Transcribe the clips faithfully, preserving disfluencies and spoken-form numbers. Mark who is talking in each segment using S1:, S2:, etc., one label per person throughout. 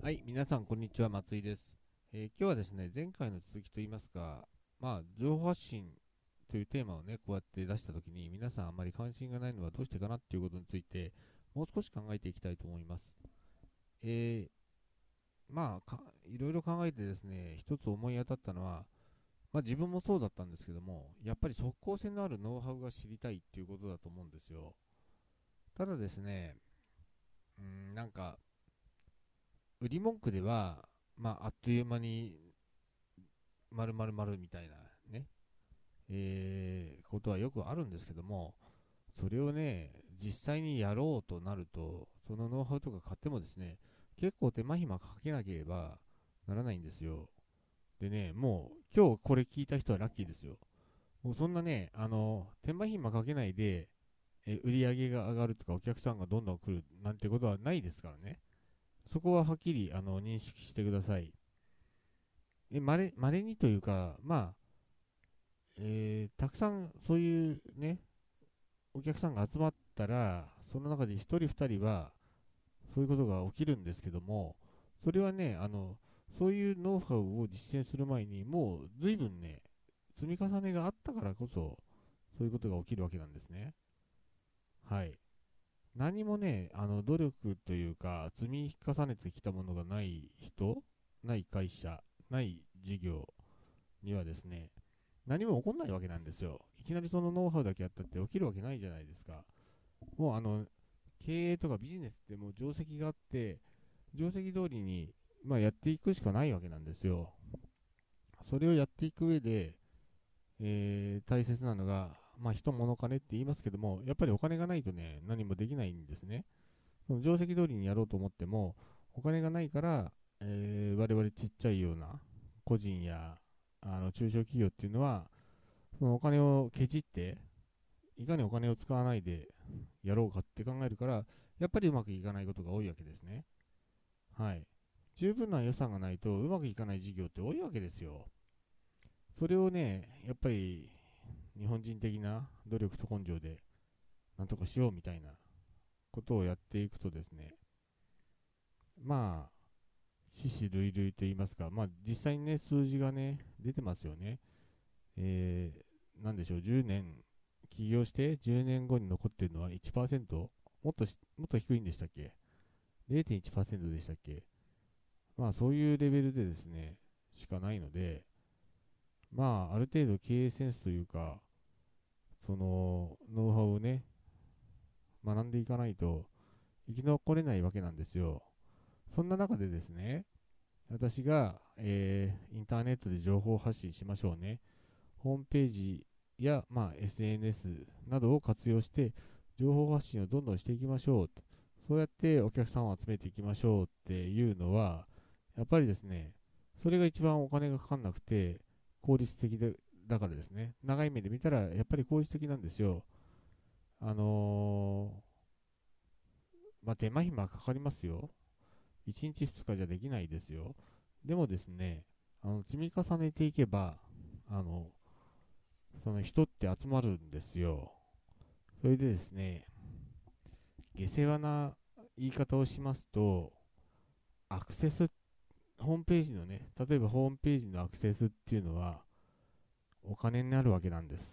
S1: はい、皆さん、こんにちは。松井です。えー今日はですね、前回の続きといいますか、まあ、情報発信というテーマをね、こうやって出したときに、皆さんあまり関心がないのはどうしてかなっていうことについて、もう少し考えていきたいと思います。えーまあか、いろいろ考えてですね、一つ思い当たったのは、まあ自分もそうだったんですけども、やっぱり即効性のあるノウハウが知りたいっていうことだと思うんですよ。ただですね、うーん、なんか、売り文句では、まあ、あっという間に〇〇〇みたいなね、えーことはよくあるんですけども、それをね、実際にやろうとなると、そのノウハウとか買ってもですね、結構手間暇かけなければならないんですよ。でね、もう今日これ聞いた人はラッキーですよ。もうそんなね、あの、手間暇かけないで、え売り上げが上がるとかお客さんがどんどん来るなんてことはないですからね。そこははっきりあの認識してください。で、まれ、稀にというか、まあ、えーたくさんそういうね、お客さんが集まったら、その中でひとりふたりはそういうことが起きるんですけども、それはね、あの、そういうノウハウを実践する前に、もう随分ね、積み重ねがあったからこそ、そういうことが起きるわけなんですね。はい。何もね、あの、努力というか、積み重ねてきたものがない人、ない会社、ない事業にはですね、何も起こんないわけなんですよ。いきなりそのノウハウだけやったって起きるわけないじゃないですか。もうあの、経営とかビジネスってもう定石があって、定石通りに、まあ、やっていくしかないわけなんですよ。それをやっていく上で、えー大切なのが、まあ、人物金って言いますけども、やっぱりお金がないとね、何もできないんですね。その定石通りにやろうと思っても、お金がないから、えー我々ちっちゃいような個人やあの中小企業っていうのは、そのお金をケチって、いかにお金を使わないでやろうかって考えるから、やっぱりうまくいかないことが多いわけですね。はい。十分な予算がないとうまくいかない事業って多いわけですよ。それをね、やっぱり日本人的な努力と根性でなんとかしようみたいなことをやっていくとですね、まあ、死死類類と言いますか、まあ実際にね、数字がね、出てますよね。えー、なんでしょう、じゅうねん起業してじゅうねんごに残っているのはいちパーセント、もっともっと低いんでしたっけ？ れいてんいちパーセント でしたっけ？まあそういうレベルでですね、しかないので、まあある程度経営センスというか、そのノウハウをね、学んでいかないと生き残れないわけなんですよ。そんな中でですね、私が、えーインターネットで情報発信しましょうね。ホームページや、まあ、エスエヌエス などを活用して情報発信をどんどんしていきましょうと。そうやってお客さんを集めていきましょうっていうのは、やっぱりですね、それが一番お金がかかんなくて効率的でだからですね、長い目で見たらやっぱり効率的なんですよ。あのー、まあ、手間暇かかりますよ。いちにちふつかじゃできないですよ。でもですね、あの積み重ねていけば、あの、その人って集まるんですよ。それでですね、下世話な言い方をしますと、アクセス、ホームページのね、例えばホームページのアクセスっていうのはお金になるわけなんです。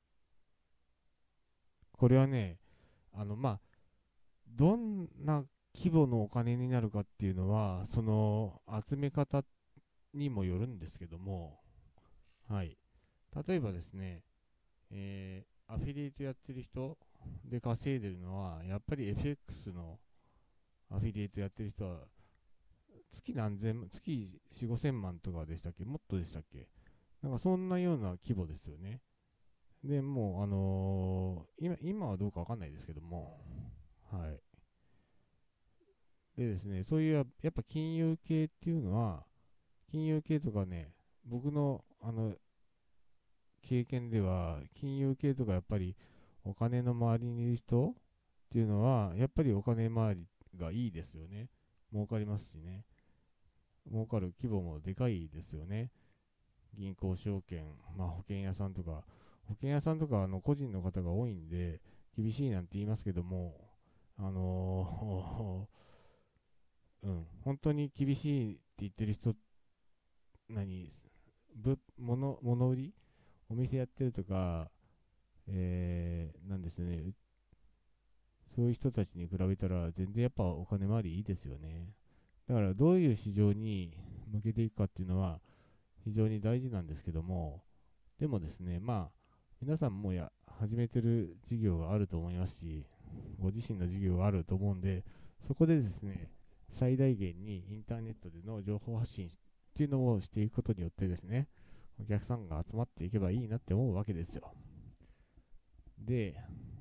S1: これはね、あの、まあ、どんな規模のお金になるかっていうのは、その集め方にもよるんですけども、はい。例えばですね、えーアフィリエイトやってる人で稼いでるのは、やっぱり エフエックス のアフィリエイトやってる人は、月何千万、月よん、ごせん万とかでしたっけ？もっとでしたっけ？なんかそんなような規模ですよね。で、もう、あのー今、今はどうかわかんないですけども、はい。でですね、そういうやっぱ金融系っていうのは、金融系とかね、僕のあの経験では、金融系とかやっぱりお金の周りにいる人っていうのは、やっぱりお金回りがいいですよね。儲かりますしね。儲かる規模もでかいですよね。銀行証券、まあ、保険屋さんとか、保険屋さんとかあの個人の方が多いんで、厳しいなんて言いますけども、あのうん、本当に厳しいって言ってる人、何、ぶ物物売りお店やってるとか、えー、なんですね、そういう人たちに比べたら全然やっぱお金回りいいですよね。だからどういう市場に向けていくかっていうのは非常に大事なんですけども、でもですね、まあ皆さんもや始めてる事業があると思いますし、ご自身の事業があると思うんで、そこでですね、最大限にインターネットでの情報発信っていうのをしていくことによってですね、お客さんが集まっていけばいいなって思うわけですよ。で、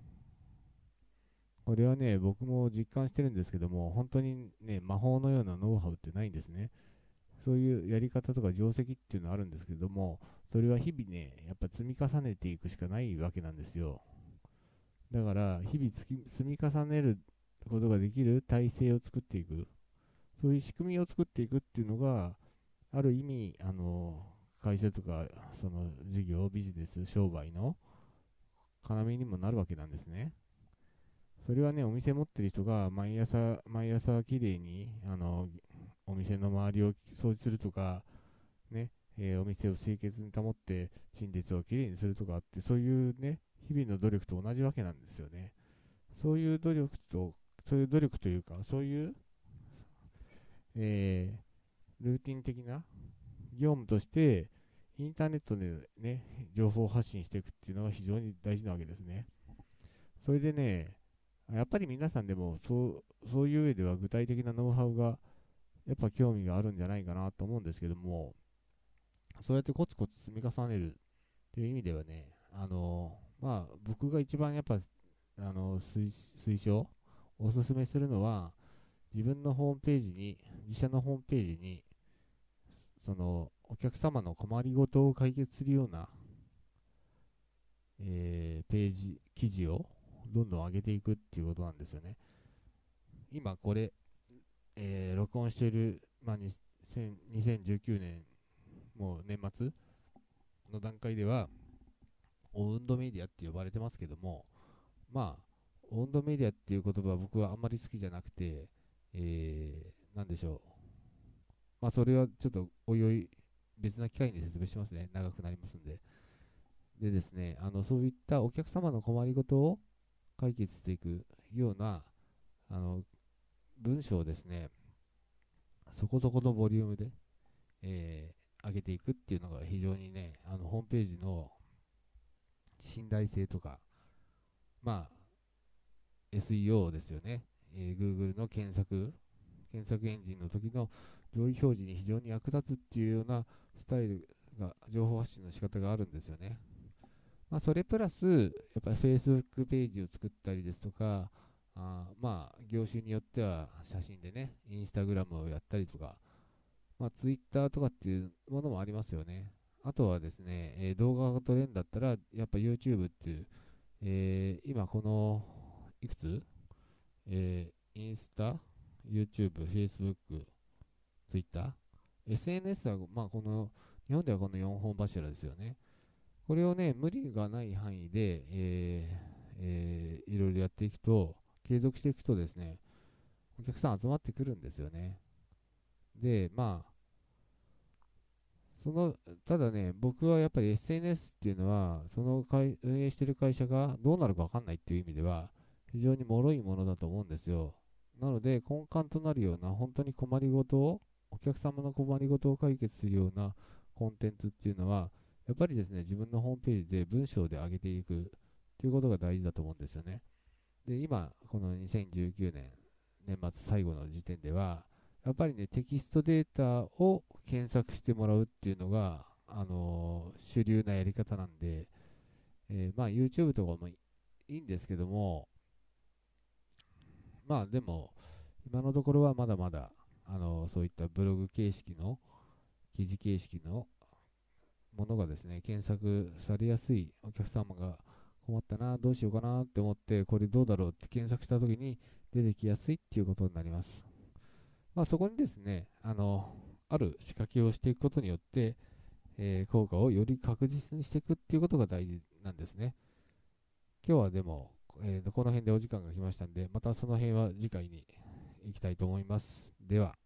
S1: これはね、僕も実感してるんですけども、本当にね、魔法のようなノウハウってないんですね。そういうやり方とか定石っていうのはあるんですけども、それは日々ね、やっぱ積み重ねていくしかないわけなんですよ。だから、日々つき積み重ねることができる体制を作っていく、そういう仕組みを作っていくっていうのが、ある意味、あの、会社とか、その事業、ビジネス、商売の要にもなるわけなんですね。それはね、お店持ってる人が毎朝、毎朝きれいに、あの、お店の周りを掃除するとか、ね、えーお店を清潔に保って、陳列をきれいにするとかって、そういうね、日々の努力と同じわけなんですよね。そういう努力と、そういう努力というか、そういう、えールーティン的な業務として、インターネットでね、情報発信していくっていうのが非常に大事なわけですね。それでね、やっぱり皆さんでもそう、そういう上では具体的なノウハウがやっぱ興味があるんじゃないかなと思うんですけども、そうやってコツコツ積み重ねるという意味ではね、あのまあ僕が一番やっぱあの推推奨、おすすめするのは、自分のホームページに、自社のホームページに、そのお客様の困りごとを解決するような、えーページ、記事をどんどん上げていくっていうことなんですよね。今これ、えー録音している、まあ、にせんにせんじゅうきゅうねん、もう年末の段階では、オウンドメディアって呼ばれてますけども、まあ、オウンドメディアっていう言葉は僕はあんまり好きじゃなくて、えー、なんでしょう。まあ、それはちょっとおいおい別な機会に説明しますね。長くなりますんで。でですね、あの、そういったお客様の困りごとを解決していくような、あの、文章をですね、そこそこのボリュームで、えー、上げていくっていうのが非常にね、あの、ホームページの信頼性とか、まあ、エスイーオー ですよね。えー Google の検索、検索エンジンの時の上位表示に非常に役立つっていうようなスタイルが、情報発信の仕方があるんですよね。まあ、それプラス、やっぱり Facebook ページを作ったりですとか、あまあ、業種によっては写真でね、Instagram をやったりとか、まあ、Twitter とかっていうものもありますよね。あとはですね、えー動画が撮れるんだったら、やっぱ YouTube っていう、えー今この、いくつえーインスタ、YouTube、Facebook、Twitter、エスエヌエス は、まあ、この、日本ではこのよんほん柱ですよね。これをね、無理がない範囲で、えーえーいろいろやっていくと、継続していくとですね、お客さん集まってくるんですよね。で、まあ、その、ただね、僕はやっぱり エスエヌエス っていうのは、その会運営してる会社がどうなるかわかんないっていう意味では、非常に脆いものだと思うんですよ。なので、根幹となるような、本当に困りごとを、お客様の困りごとを解決するようなコンテンツっていうのは、やっぱりですね、自分のホームページで文章で上げていくということが大事だと思うんですよね。で、今、このにせんじゅうきゅうねん、年末最後の時点では、やっぱりね、テキストデータを検索してもらうっていうのが、あのー主流なやり方なんで、えーまあ YouTube とかもいいんですけども、まあでも、今のところはまだまだ、あのーそういったブログ形式の、記事形式のものがですね、検索されやすい、お客様が困ったな、どうしようかなって思って、これどうだろうって検索したときに出てきやすいっていうことになります。まあ、そこにですね、あの、ある仕掛けをしていくことによって、えー効果をより確実にしていくっていうことが大事なんですね。今日はでも、えーとこの辺でお時間が来ましたんで、またその辺は次回に行きたいと思います。では。